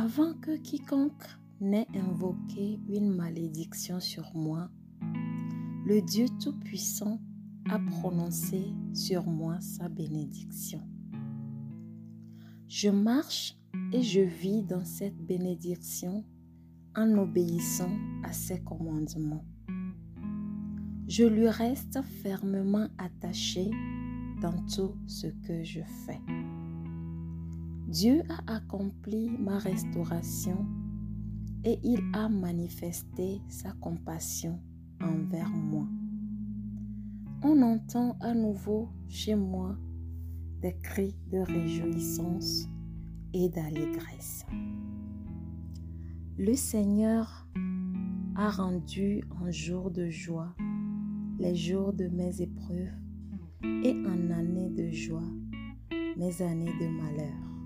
Avant que quiconque n'ait invoqué une malédiction sur moi, le Dieu Tout-Puissant a prononcé sur moi sa bénédiction. Je marche et je vis dans cette bénédiction en obéissant à ses commandements. Je lui reste fermement attaché dans tout ce que je fais. Dieu a accompli ma restauration et il a manifesté sa compassion envers moi. On entend à nouveau chez moi des cris de réjouissance et d'allégresse. Le Seigneur a rendu en jour de joie les jours de mes épreuves et en années de joie mes années de malheur.